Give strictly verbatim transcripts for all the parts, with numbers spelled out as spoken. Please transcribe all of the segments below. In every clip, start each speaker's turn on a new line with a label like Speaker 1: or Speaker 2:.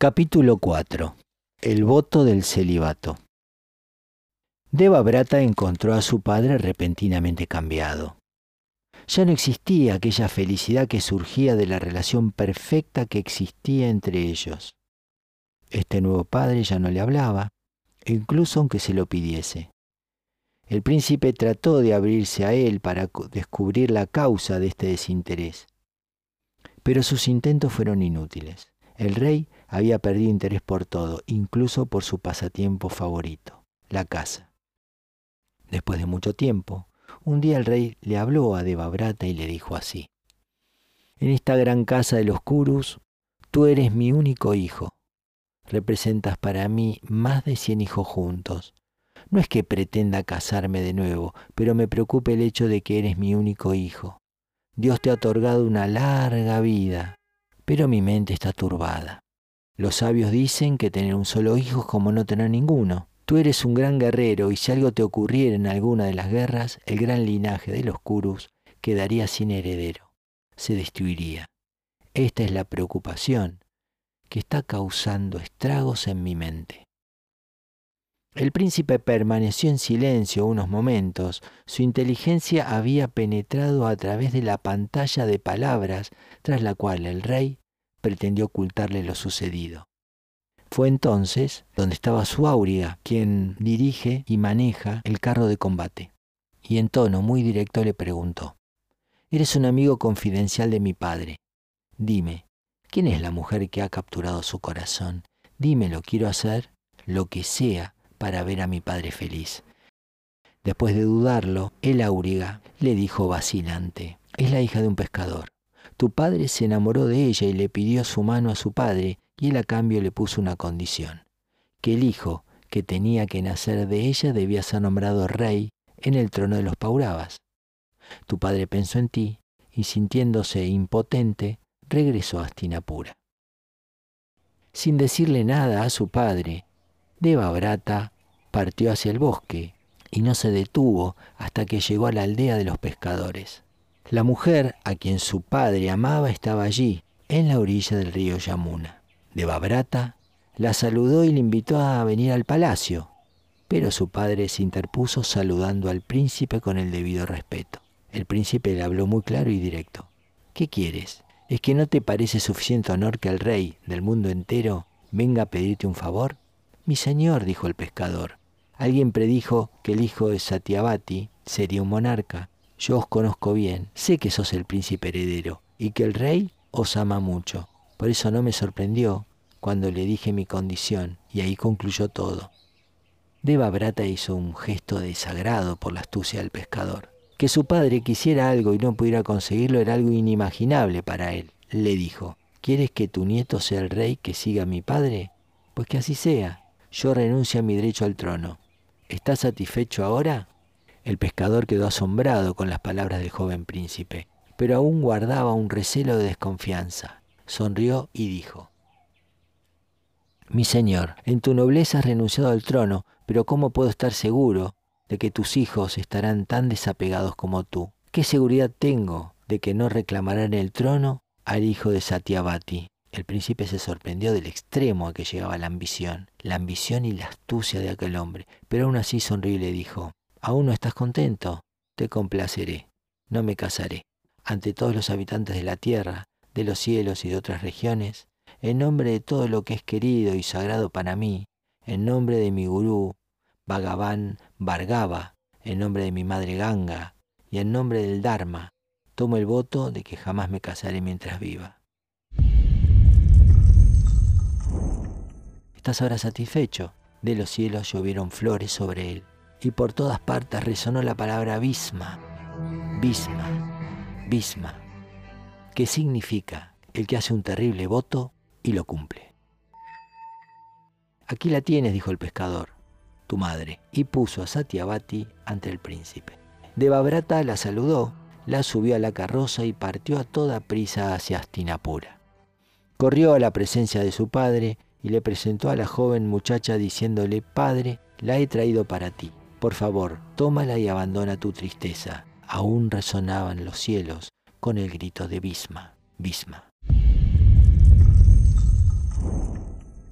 Speaker 1: Capítulo cuatro. El voto del celibato. Devabrata encontró a su padre repentinamente cambiado. Ya no existía aquella felicidad que surgía de la relación perfecta que existía entre ellos. Este nuevo padre ya no le hablaba, incluso aunque se lo pidiese. El príncipe trató de abrirse a él para descubrir la causa de este desinterés, pero sus intentos fueron inútiles. El rey había perdido interés por todo, incluso por su pasatiempo favorito, la caza. Después de mucho tiempo, un día el rey le habló a Devabrata y le dijo así: «En esta gran casa de los Kurus, tú eres mi único hijo. Representas para mí más de cien hijos juntos. No es que pretenda casarme de nuevo, pero me preocupa el hecho de que eres mi único hijo. Dios te ha otorgado una larga vida, pero mi mente está turbada. Los sabios dicen que tener un solo hijo es como no tener ninguno. Tú eres un gran guerrero y si algo te ocurriera en alguna de las guerras, el gran linaje de los Kurus quedaría sin heredero. Se destruiría. Esta es la preocupación que está causando estragos en mi mente». El príncipe permaneció en silencio unos momentos. Su inteligencia había penetrado a través de la pantalla de palabras tras la cual el rey pretendió ocultarle lo sucedido. Fue entonces donde estaba su auriga, quien dirige y maneja el carro de combate, y en tono muy directo le preguntó: «Eres un amigo confidencial de mi padre. Dime, ¿quién es la mujer que ha capturado su corazón? Dímelo, quiero hacer lo que sea para ver a mi padre feliz». Después de dudarlo, el auriga le dijo vacilante: «Es la hija de un pescador. Tu padre se enamoró de ella y le pidió su mano a su padre, y él a cambio le puso una condición: que el hijo que tenía que nacer de ella debía ser nombrado rey en el trono de los Pauravas. Tu padre pensó en ti y, sintiéndose impotente, regresó a Hastinapura». Sin decirle nada a su padre, Devabrata partió hacia el bosque y no se detuvo hasta que llegó a la aldea de los pescadores. La mujer a quien su padre amaba estaba allí, en la orilla del río Yamuna. Devabrata la saludó y le invitó a venir al palacio, pero su padre se interpuso saludando al príncipe con el debido respeto. El príncipe le habló muy claro y directo: «¿Qué quieres? ¿Es que no te parece suficiente honor que el rey del mundo entero venga a pedirte un favor?» «Mi señor», dijo el pescador, «alguien predijo que el hijo de Satyavati sería un monarca. Yo os conozco bien, sé que sos el príncipe heredero y que el rey os ama mucho. Por eso no me sorprendió cuando le dije mi condición, y ahí concluyó todo». Devabrata hizo un gesto de desagrado por la astucia del pescador. Que su padre quisiera algo y no pudiera conseguirlo era algo inimaginable para él. Le dijo: «¿Quieres que tu nieto sea el rey que siga a mi padre? Pues que así sea. Yo renuncio a mi derecho al trono. ¿Estás satisfecho ahora?» El pescador quedó asombrado con las palabras del joven príncipe, pero aún guardaba un recelo de desconfianza. Sonrió y dijo: «Mi señor, en tu nobleza has renunciado al trono, pero ¿cómo puedo estar seguro de que tus hijos estarán tan desapegados como tú? ¿Qué seguridad tengo de que no reclamarán el trono al hijo de Satyavati?» El príncipe se sorprendió del extremo a que llegaba la ambición, la ambición y la astucia de aquel hombre, pero aún así sonrió y le dijo: «¿Aún no estás contento? Te complaceré. No me casaré. Ante todos los habitantes de la tierra, de los cielos y de otras regiones, en nombre de todo lo que es querido y sagrado para mí, en nombre de mi gurú Bhagavan Bhargava, en nombre de mi madre Ganga y en nombre del Dharma, tomo el voto de que jamás me casaré mientras viva». «¿Estás ahora satisfecho?» De los cielos llovieron flores sobre él, y por todas partes resonó la palabra Bhisma, Bhisma, Bhisma, que significa el que hace un terrible voto y lo cumple. «Aquí la tienes», dijo el pescador, «tu madre», y puso a Satyavati ante el príncipe. Devabrata la saludó, la subió a la carroza y partió a toda prisa hacia Hastinapura. Corrió a la presencia de su padre y le presentó a la joven muchacha diciéndole: «Padre, la he traído para ti. Por favor, tómala y abandona tu tristeza». Aún resonaban los cielos con el grito de Bhisma, Bhisma.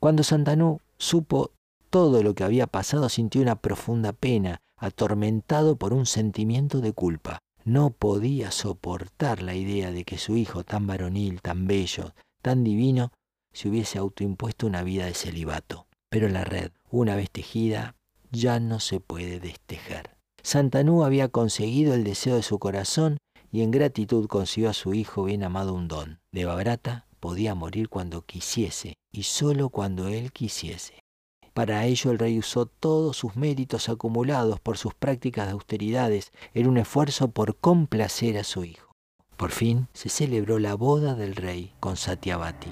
Speaker 1: Cuando Santanú supo todo lo que había pasado, sintió una profunda pena, atormentado por un sentimiento de culpa. No podía soportar la idea de que su hijo, tan varonil, tan bello, tan divino, se hubiese autoimpuesto una vida de celibato. Pero la red, una vez tejida, ya no se puede destejer. Santanú había conseguido el deseo de su corazón y en gratitud consiguió a su hijo bien amado un don. Devabrata podía morir cuando quisiese y solo cuando él quisiese. Para ello el rey usó todos sus méritos acumulados por sus prácticas de austeridades en un esfuerzo por complacer a su hijo. Por fin se celebró la boda del rey con Satyavati.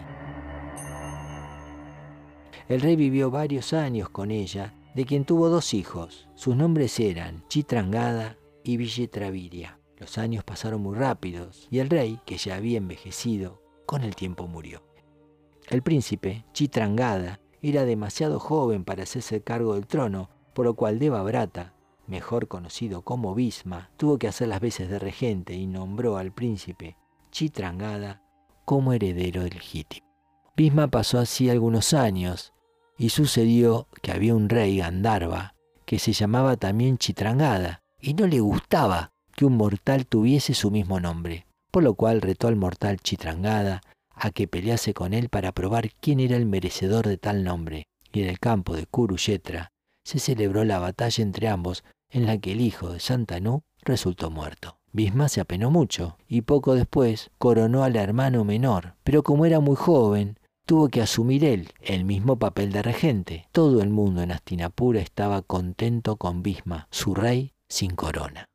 Speaker 1: El rey vivió varios años con ella, de quien tuvo dos hijos. Sus nombres eran Chitrangada y Vichitravirya. Los años pasaron muy rápidos y el rey, que ya había envejecido, con el tiempo murió. El príncipe, Chitrangada, era demasiado joven para hacerse cargo del trono, por lo cual Devabrata, mejor conocido como Bhisma, tuvo que hacer las veces de regente y nombró al príncipe Chitrangada como heredero legítimo. Bhisma pasó así algunos años y sucedió que había un rey Gandharva que se llamaba también Chitrangada y no le gustaba que un mortal tuviese su mismo nombre, por lo cual retó al mortal Chitrangada a que pelease con él para probar quién era el merecedor de tal nombre, y en el campo de Kurukshetra se celebró la batalla entre ambos, en la que el hijo de Santanú resultó muerto. Bhisma se apenó mucho, y poco después coronó al hermano menor, pero como era muy joven, tuvo que asumir él el mismo papel de regente. Todo el mundo en Hastinapura estaba contento con Bhisma, su rey sin corona.